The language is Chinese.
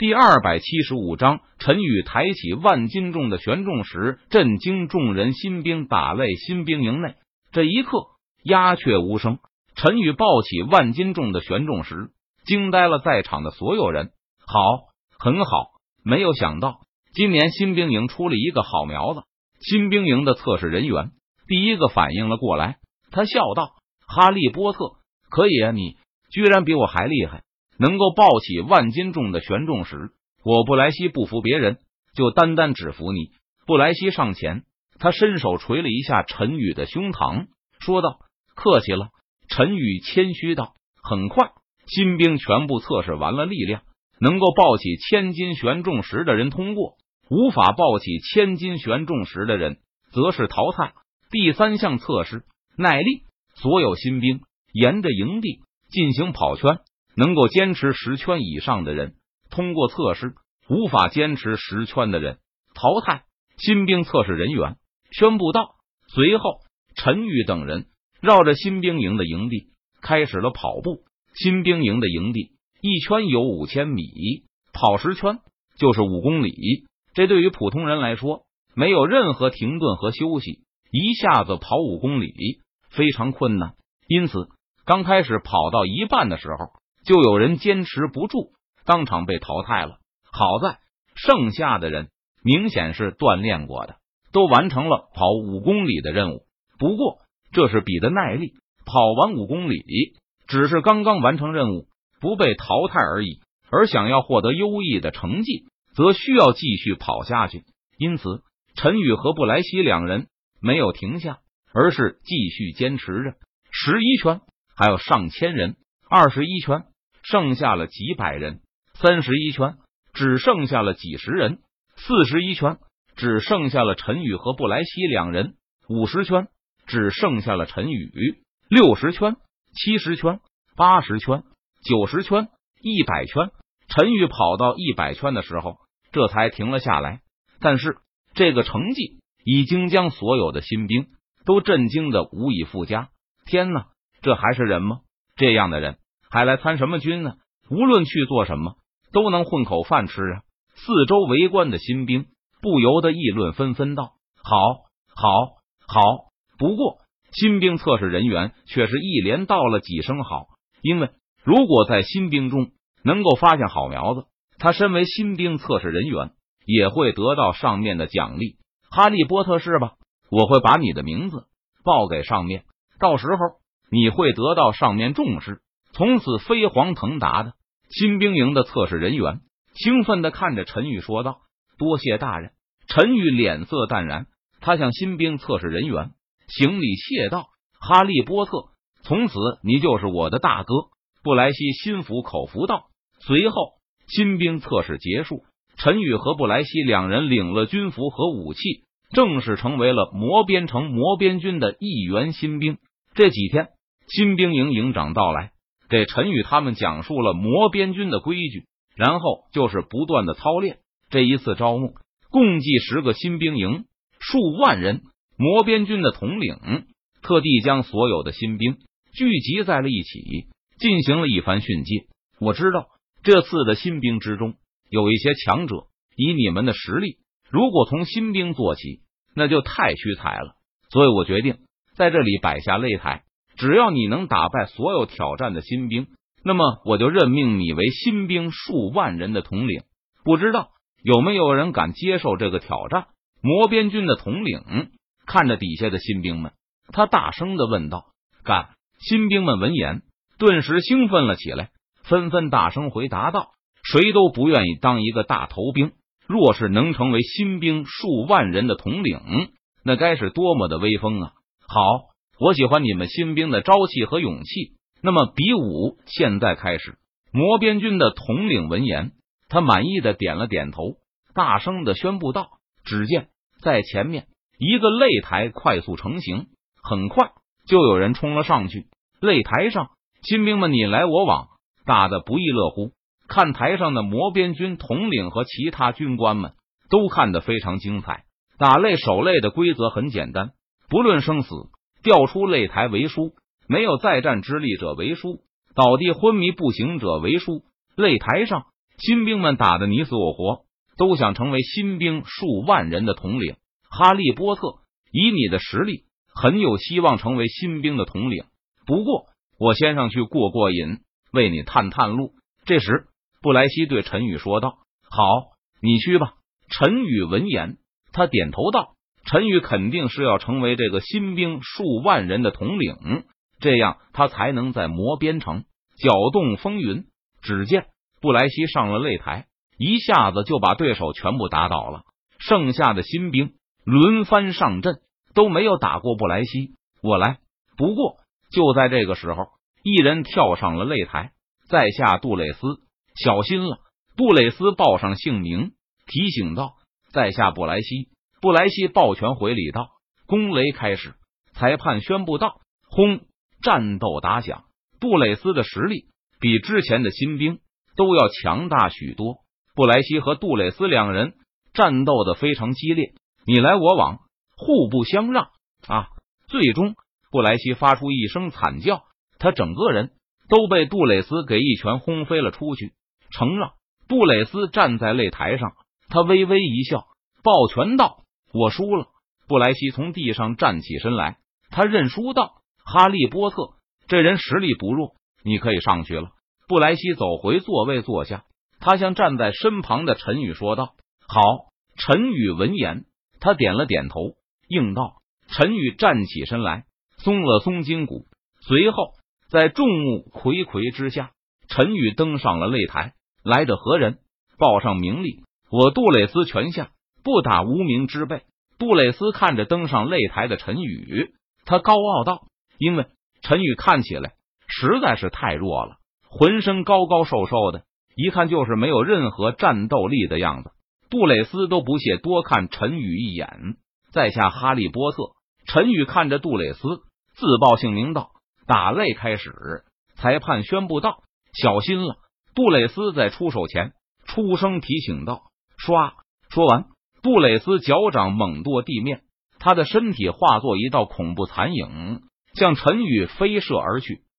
第275章，陈宇抬起万斤重的悬重石，震惊众人。新兵打擂，新兵营内这一刻鸦雀无声。陈宇抱起万斤重的悬重石，惊呆了在场的所有人。好，很好，没有想到今年新兵营出了一个好苗子。新兵营的测试人员第一个反应了过来，他笑道：哈利波特，可以啊，你居然比我还厉害，能够抱起万斤重的悬重石。我布莱希不服别人，就单单只服你。布莱希上前，他伸手捶了一下陈宇的胸膛，说道：客气了。陈宇谦虚道。很快新兵全部测试完了力量，能够抱起1000斤悬重石的人通过，无法抱起1000斤悬重石的人则是淘汰。第3项测试耐力，所有新兵沿着营地进行跑圈，能够坚持10圈以上的人通过测试，无法坚持10圈的人淘汰。新兵测试人员宣布道。随后陈宇等人绕着新兵营的营地开始了跑步。新兵营的营地一圈有5000米，跑10圈就是5公里，这对于普通人来说没有任何停顿和休息，一下子跑5公里非常困难。因此刚开始跑到一半的时候，就有人坚持不住，当场被淘汰了。好在剩下的人明显是锻炼过的，都完成了跑5公里的任务。不过这是比的耐力，跑完5公里只是刚刚完成任务，不被淘汰而已，而想要获得优异的成绩则需要继续跑下去。因此陈宇和布莱希两人没有停下，而是继续坚持着。11圈还有上千人，21圈剩下了几百人，31圈只剩下了几十人，41圈只剩下了陈宇和布莱希两人，50圈只剩下了陈宇，60圈、70圈、80圈、90圈、100圈。陈宇跑到100圈的时候这才停了下来，但是这个成绩已经将所有的新兵都震惊的无以复加。天哪，这还是人吗？这样的人还来参什么军呢？无论去做什么都能混口饭吃啊！四周围观的新兵不由得议论纷纷道：好，好，好！不过新兵测试人员却是一连道了几声好，因为如果在新兵中能够发现好苗子，他身为新兵测试人员也会得到上面的奖励。哈利波特是吧？我会把你的名字报给上面，到时候你会得到上面重视，从此飞黄腾达的。新兵营的测试人员兴奋地看着陈宇说道：多谢大人。陈宇脸色淡然，他向新兵测试人员行礼谢道：哈利波特，从此你就是我的大哥。布莱希心服口服道。随后新兵测试结束，陈宇和布莱希两人领了军服和武器，正式成为了魔边城魔边军的一员新兵。这几天新兵营营长到来，给陈宇他们讲述了魔边军的规矩，然后就是不断的操练。这一次招募共计10个新兵营，数万人。魔边军的统领特地将所有的新兵聚集在了一起，进行了一番训诫。我知道这次的新兵之中有一些强者，以你们的实力，如果从新兵做起，那就太虚才了。所以我决定在这里摆下擂台，只要你能打败所有挑战的新兵，那么我就任命你为新兵数万人的统领。不知道有没有人敢接受这个挑战？魔边军的统领看着底下的新兵们，他大声的问道：干！新兵们闻言顿时兴奋了起来，纷纷大声回答道：谁都不愿意当一个大头兵，若是能成为新兵数万人的统领，那该是多么的威风啊！好，我喜欢你们新兵的朝气和勇气，那么比武现在开始。魔边军的统领闻言，他满意的点了点头，大声的宣布道。只见在前面一个擂台快速成型，很快就有人冲了上去。擂台上新兵们你来我往，打得不亦乐乎。看台上的魔边军统领和其他军官们都看得非常精彩。打擂守擂的规则很简单，不论生死，调出擂台为输，没有再战之力者为输，倒地昏迷不醒者为输。擂台上新兵们打得你死我活，都想成为新兵数万人的统领。哈利波特，以你的实力，很有希望成为新兵的统领。不过，我先上去过过瘾，为你探探路。这时，布莱希对陈宇说道：“好，你去吧。”陈宇闻言，他点头道：“陈宇肯定是要成为这个新兵数万人的统领，这样他才能在魔边城搅动风云。”只见布莱希上了擂台，一下子就把对手全部打倒了。剩下的新兵轮番上阵，都没有打过布莱希。我来。不过就在这个时候，一人跳上了擂台，在下杜蕾斯，小心了。杜蕾斯报上姓名，提醒道：“在下布莱希。”布莱希抱拳回礼道：“公雷开始。”裁判宣布道：“轰！”战斗打响。杜蕾斯的实力比之前的新兵都要强大许多。布莱希和杜蕾斯两人战斗的非常激烈，你来我往，互不相让啊！最终，布莱希发出一声惨叫，他整个人都被杜蕾斯给一拳轰飞了出去。承让。杜蕾斯站在擂台上，他微微一笑，抱拳道：“我输了。”布莱希从地上站起身来，他认输道：“哈利波特，这人实力不弱，你可以上去了。”布莱希走回座位坐下，他向站在身旁的陈宇说道：“好。”陈宇闻言，他点了点头，应道。陈宇站起身来，松了松筋骨，随后在众目睽睽之下，陈宇登上了擂台。来者何人？报上名利，我杜蕾斯泉下不打无名之辈。杜蕾斯看着登上擂台的陈宇，他高傲道：“因为陈宇看起来实在是太弱了，浑身高高瘦瘦的，一看就是没有任何战斗力的样子。”杜蕾斯都不屑多看陈宇一眼。在下哈利波特。陈宇看着杜蕾斯，自报姓名道：“打擂开始。”裁判宣布道：“小心了。”杜蕾斯在出手前出声提醒道：“唰！”说完，杜蕾斯脚掌猛跺地面，他的身体化作一道恐怖残影，向陈宇飞射而去。